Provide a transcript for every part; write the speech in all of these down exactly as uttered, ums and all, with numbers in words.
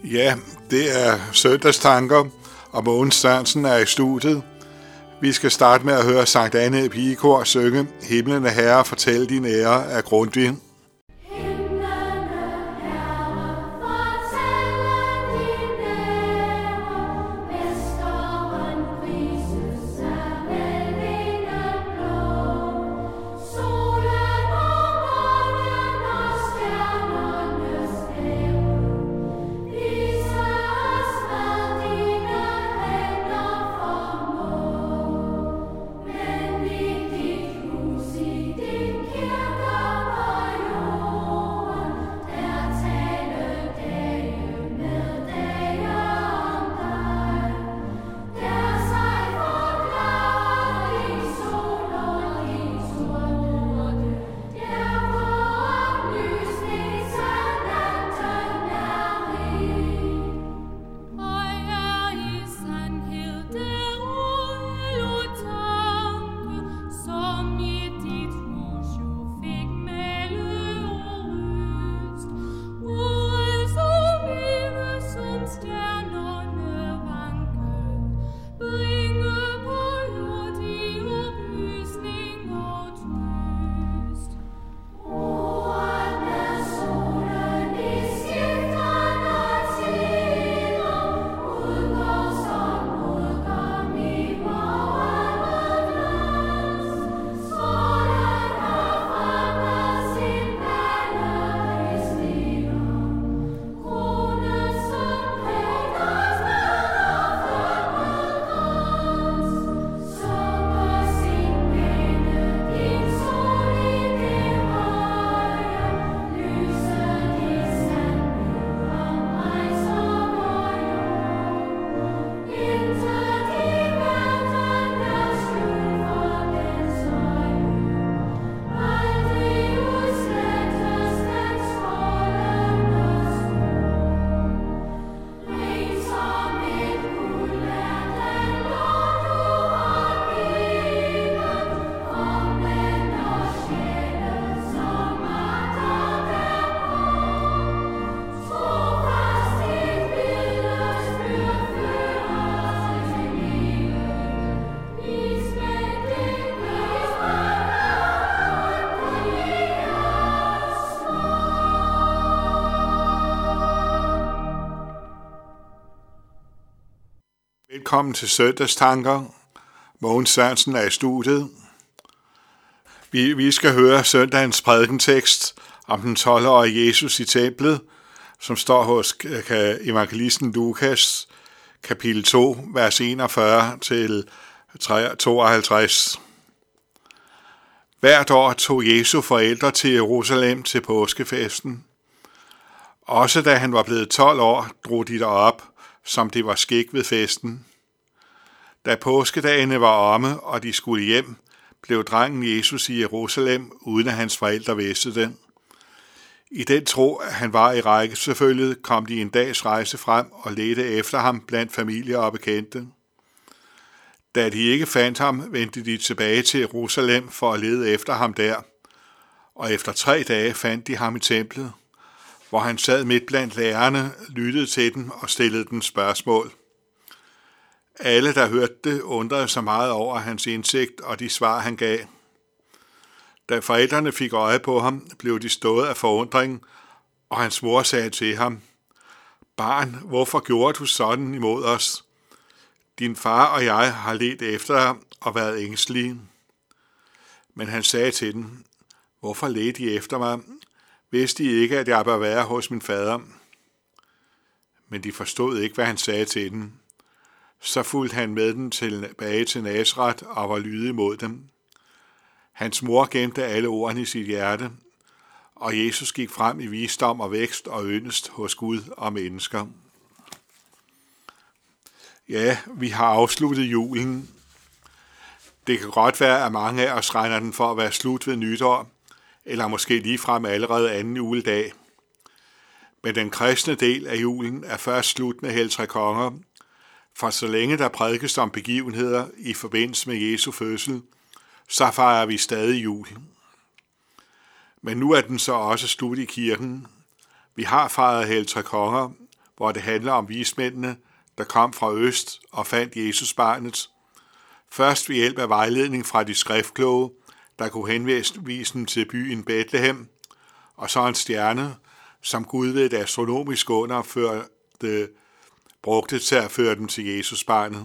Ja, det er søndagstanker, og Mogens Sørensen er i studiet. Vi skal starte med at høre Sankt Anne Pigekor synge Himlene Herre, fortæl din ære af Grundtvig. Velkommen til søndagstanker. Mogens Sørensen er i studiet. Vi, vi skal høre søndagens prædikentekst om den tolv-årige Jesus i templet, som står hos evangelisten Lukas, kapitel to, vers enogfyrre til tooghalvtreds. Hvert år tog Jesu forældre til Jerusalem til påskefesten. Også da han var blevet tolv år, drog de derop, som det var skik ved festen. Da påskedagene var omme, og de skulle hjem, blev drengen Jesus i Jerusalem, uden at hans forældre vidste det. I den tro, at han var i rækkefølget, kom de en dags rejse frem og ledte efter ham blandt familier og bekendte. Da de ikke fandt ham, vendte de tilbage til Jerusalem for at lede efter ham der, og efter tre dage fandt de ham i templet, hvor han sad midt blandt lærerne, lyttede til dem og stillede dem spørgsmål. Alle, der hørte det, undrede sig meget over hans indsigt og de svar, han gav. Da forældrene fik øje på ham, blev de stået af forundring, og hans mor sagde til ham, Barn, hvorfor gjorde du sådan imod os? Din far og jeg har ledt efter dig og været ængstelige. Men han sagde til dem, Hvorfor ledte I efter mig? Vidste I ikke, at jeg bør være hos min fader? Men de forstod ikke, hvad han sagde til dem. Så fulgte han med dem tilbage til Nazaret og var lydig mod dem. Hans mor gemte alle ordene i sit hjerte, og Jesus gik frem i visdom og vækst og yndest hos Gud og mennesker. Ja, vi har afsluttet julen. Det kan godt være, at mange af os regner den for at være slut ved nytår, eller måske ligefrem allerede anden juledag. Men den kristne del af julen er først slut med Helligtrekonger, for så længe der prædikes om begivenheder i forbindelse med Jesu fødsel, så fejrer vi stadig jul. Men nu er den så også slut i kirken. Vi har fejret Helligtrekonger, hvor det handler om vismændene, der kom fra øst og fandt Jesus barnet. Først ved hjælp af vejledning fra de skriftkloge, der kunne henvise dem til byen Bethlehem, og så en stjerne, som Gud ved et astronomisk under førte, brugte til at føre dem til Jesus barnet.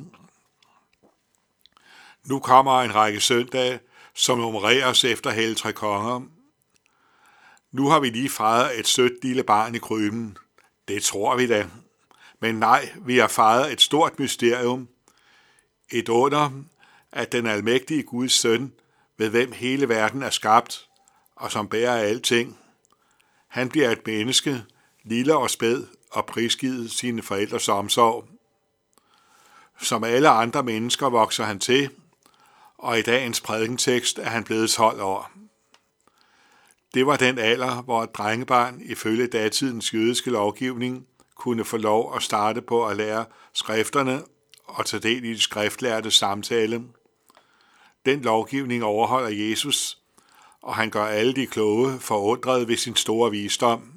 Nu kommer en række søndage, som nummereres efter Helligtre Konger. Nu har vi lige fejret et sødt lille barn i krybben. Det tror vi da. Men nej, vi har fejret et stort mysterium. Et under, at den almægtige Guds søn, ved hvem hele verden er skabt, og som bærer alting, han bliver et menneske, lille og spæd, og prisgivet sine forældres omsorg. Som alle andre mennesker vokser han til, og i dagens prædikentekst er han blevet tolv år. Det var den alder, hvor et drengebarn ifølge datidens jødiske lovgivning kunne få lov at starte på at lære skrifterne og tage del i de skriftlærte samtale. Den lovgivning overholder Jesus, og han gør alle de kloge forundret ved sin store visdom.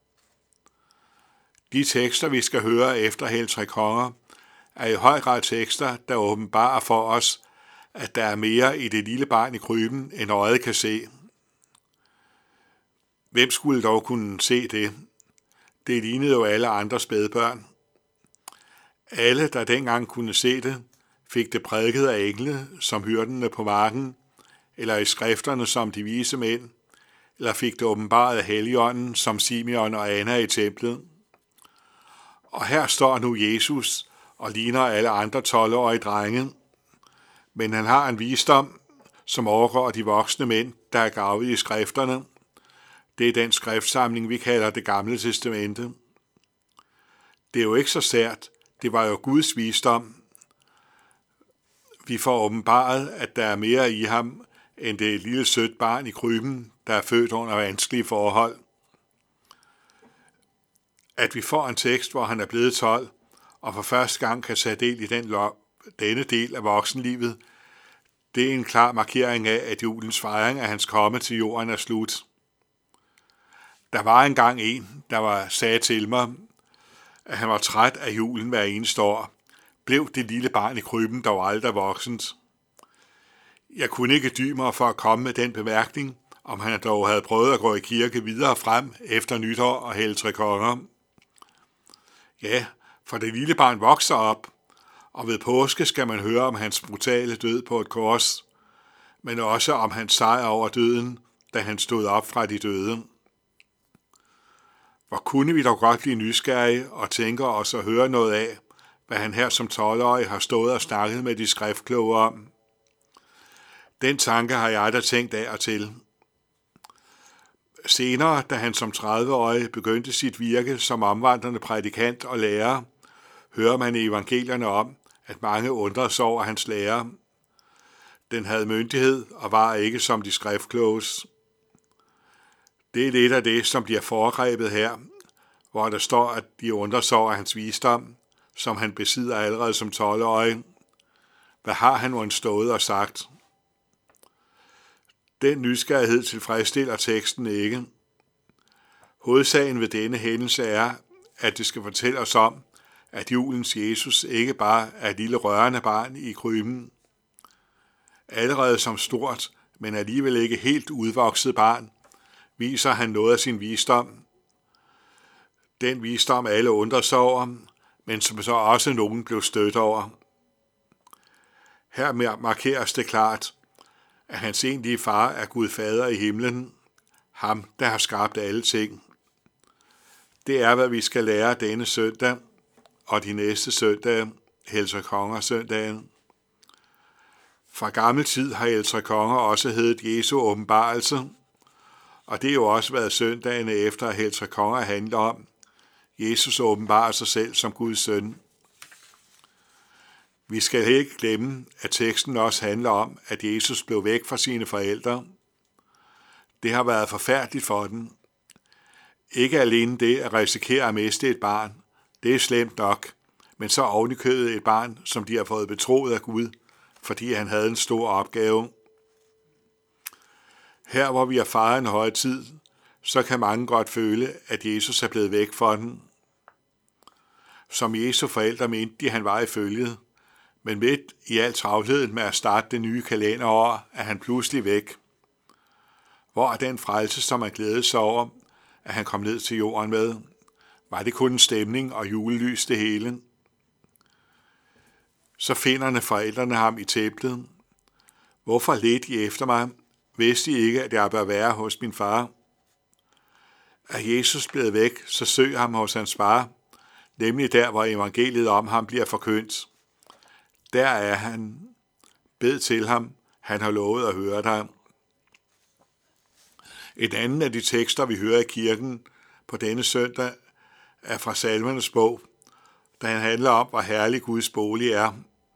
De tekster, vi skal høre efter Helligtre Konger, er i høj grad tekster, der åbenbarer for os, at der er mere i det lille barn i krybben, end øjet kan se. Hvem skulle dog kunne se det? Det lignede jo alle andre spædbørn. Alle, der dengang kunne se det, fik det prædiket af engle, som hyrdene på marken, eller i skrifterne som de vise mænd, eller fik det åbenbaret af Helligånden, som Simeon og Anna i templet. Og her står nu Jesus og ligner alle andre tolv-årige drenge, men han har en visdom, som overgår de voksne mænd, der er gavet i skrifterne. Det er den skriftsamling, vi kalder det Gamle Testamente. Det er jo ikke så sært. Det var jo Guds visdom. Vi får åbenbaret, at der er mere i ham, end det lille sødt barn i krybben, der er født under vanskelige forhold. At vi får en tekst, hvor han er blevet tolv, og for første gang kan tage del i den lo- denne del af voksenlivet, det er en klar markering af, at julens fejring af hans komme til jorden er slut. Der var engang en, der var sagde til mig, at han var træt af julen hver eneste år. Blev det lille barn i krybben dog aldrig voksent? Jeg kunne ikke dy mig for at komme med den bemærkning, om han dog havde prøvet at gå i kirke videre frem efter nytår og Helligtre Konger. Ja, for det lille barn vokser op, og ved påske skal man høre om hans brutale død på et kors, men også om hans sejr over døden, da han stod op fra de døde. Hvor kunne vi dog godt blive nysgerrige og tænke os at høre noget af, hvad han her som tolv-årig har stået og snakket med de skriftkloge om. Den tanke har jeg da tænkt af og til. Senere, da han som tredive-årig begyndte sit virke som omvandrende prædikant og lærer, hører man i evangelierne om, at mange undrede sig over hans lære. Den havde myndighed og var ikke som de skriftkloges. Det er lidt af det, som bliver foregrebet her, hvor der står, at de undrer sig over hans visdom, som han besidder allerede som tolv-årig. Hvad har han nu stået og sagt? Den nysgerrighed tilfredsstiller teksten ikke. Hovedsagen ved denne hændelse er, at det skal fortælle os om, at julens Jesus ikke bare er et lille rørende barn i krybben. Allerede som stort, men alligevel ikke helt udvokset barn, viser han noget af sin visdom. Den visdom alle undrer sig over, men som så også nogen blev stødt over. Her markeres det klart, at hans egentlige far er Gud Fader i himlen, ham der har skabt alle ting. Det er, hvad vi skal lære denne søndag og de næste søndage, Helligtre Konger søndagen. Fra gammel tid har Helligtre Konger også heddet Jesu åbenbarelse, og det er jo også været søndagene efter, at Helligtre Konger handler om. Jesus åbenbarer sig selv som Guds søn. Vi skal ikke glemme, at teksten også handler om, at Jesus blev væk fra sine forældre. Det har været forfærdeligt for dem. Ikke alene det at risikere at miste et barn, det er slemt nok, men så ovenikøbet et barn, som de har fået betroet af Gud, fordi han havde en stor opgave. Her hvor vi har fejret en højtid, så kan mange godt føle, at Jesus er blevet væk fra dem. Som Jesu forældre mente de, han var i følget. Men midt i al travlheden med at starte det nye kalenderår, er han pludselig væk. Hvor er den frelse, som han glædede sig over, at han kom ned til jorden med? Var det kun en stemning og julelys det hele? Så finder forældrene ham i templet. Hvorfor ledte I efter mig? Vidste I ikke, at jeg bør være hos min far? Er Jesus blevet væk, så søg ham hos hans far, nemlig der, hvor evangeliet om ham bliver forkyndt. Der er han. Bed til ham. Han har lovet at høre dig. Et andet af de tekster, vi hører i kirken på denne søndag, er fra Salmernes bog, da han handler om, hvor herlig Guds bolig er.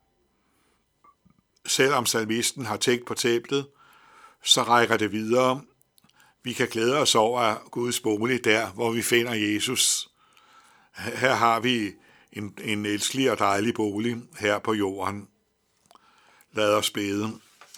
Selvom salmisten har tænkt på templet, så rækker det videre. Vi kan glæde os over Guds bolig der, hvor vi finder Jesus. Her har vi en, en elskelig og dejlig bolig her på jorden. Lad os bede.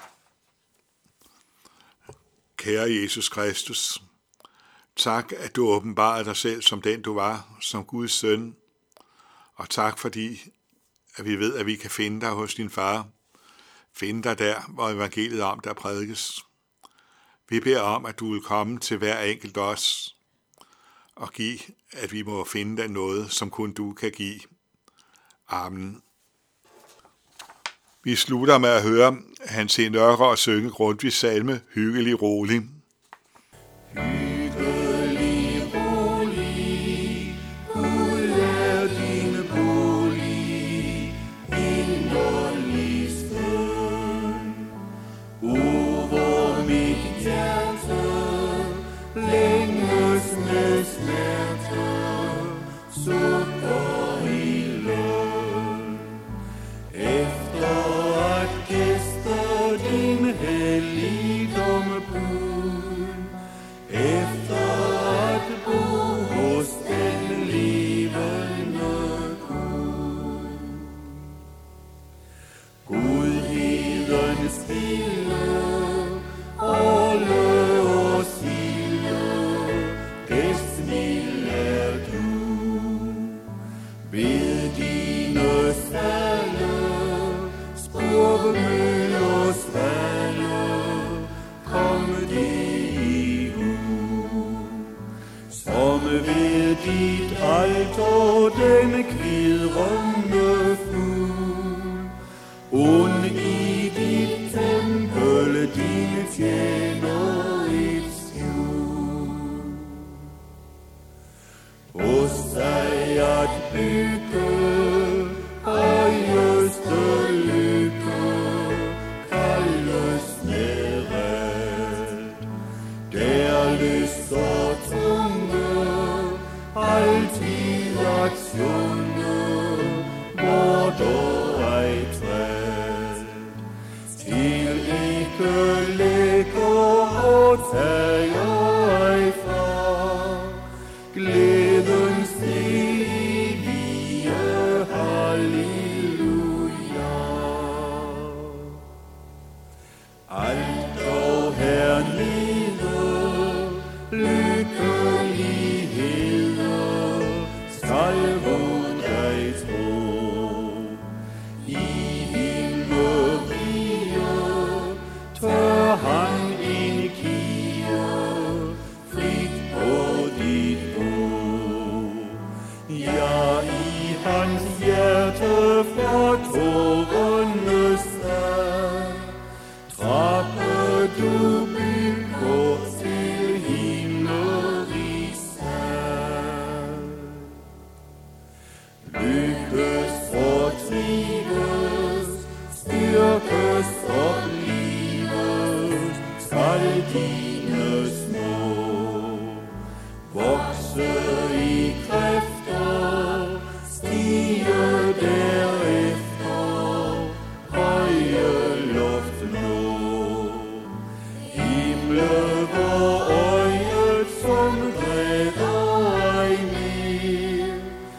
Kære Jesus Kristus, tak, at du åbenbarede dig selv som den, du var, som Guds søn. Og tak, fordi at vi ved, at vi kan finde dig hos din far. Finde dig der, hvor evangeliet om der prædikes. Vi beder om, at du vil komme til hver enkelt os og give, at vi må finde dig noget, som kun du kan give. Amen. Vi slutter med at høre Hans E. Nørgaard synge Grundtvigs salme Hyggelig rolig. Hyggelig rolig, Gud er din bolig, inderlig skøn. O, hvor mit hjerte længes med smerte, sukker i løn. Efter at gæste din helligdom bud, efter at bo hos den levende Gud. Godhedens kilde, olde og silde, gæstmild er du. Ved dine stalde, spurvemøl og svalle, kom det i hu. Som ved dit alter den kvidrende fugl, und i dit tempel din tjener et skjul. Hos dig at bygge, højeste lykke, kaldes neret. Der lyst og tunge, altid at synge, hvor der ej træd. Til ikke lægger og tager ej fra, glædens evige halleluja. Alt dog hernede, lykkeligheder, skal hvor dig tro. I himmelriget tør han en kie, frit på dit bo. Ja, i hans hjerte fra tårerne stad, trappe du bygger til himmelrig stad. Lykkes og trives, styrkes og blives, skal dine små vokse i kræfter, stige derefter, høje luft nå. Himle hvor øjet som græder ej mere,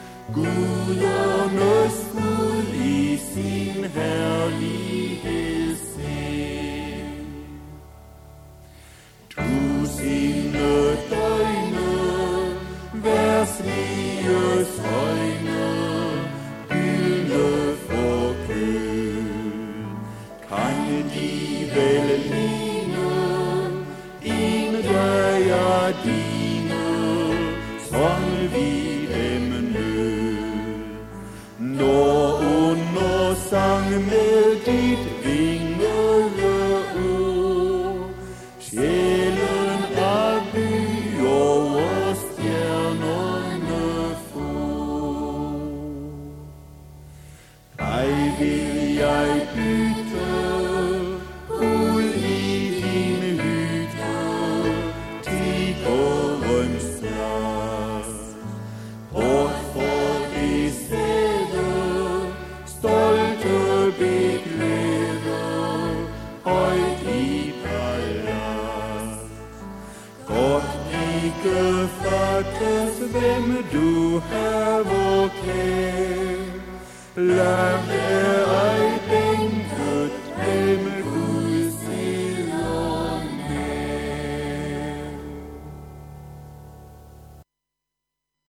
gudernes Gud i sin herlighed ser. Tusinde døgne, vers liges øjne, sang med dit vingede ord. Sjælen af by over stjernerne for. Dig vil jeg bytte ud i din hytte, tiggerens plads. Bort for det sæde, stolte beklæde, højt i palads. Godt ikke fattes, hvem du haver kær. Lad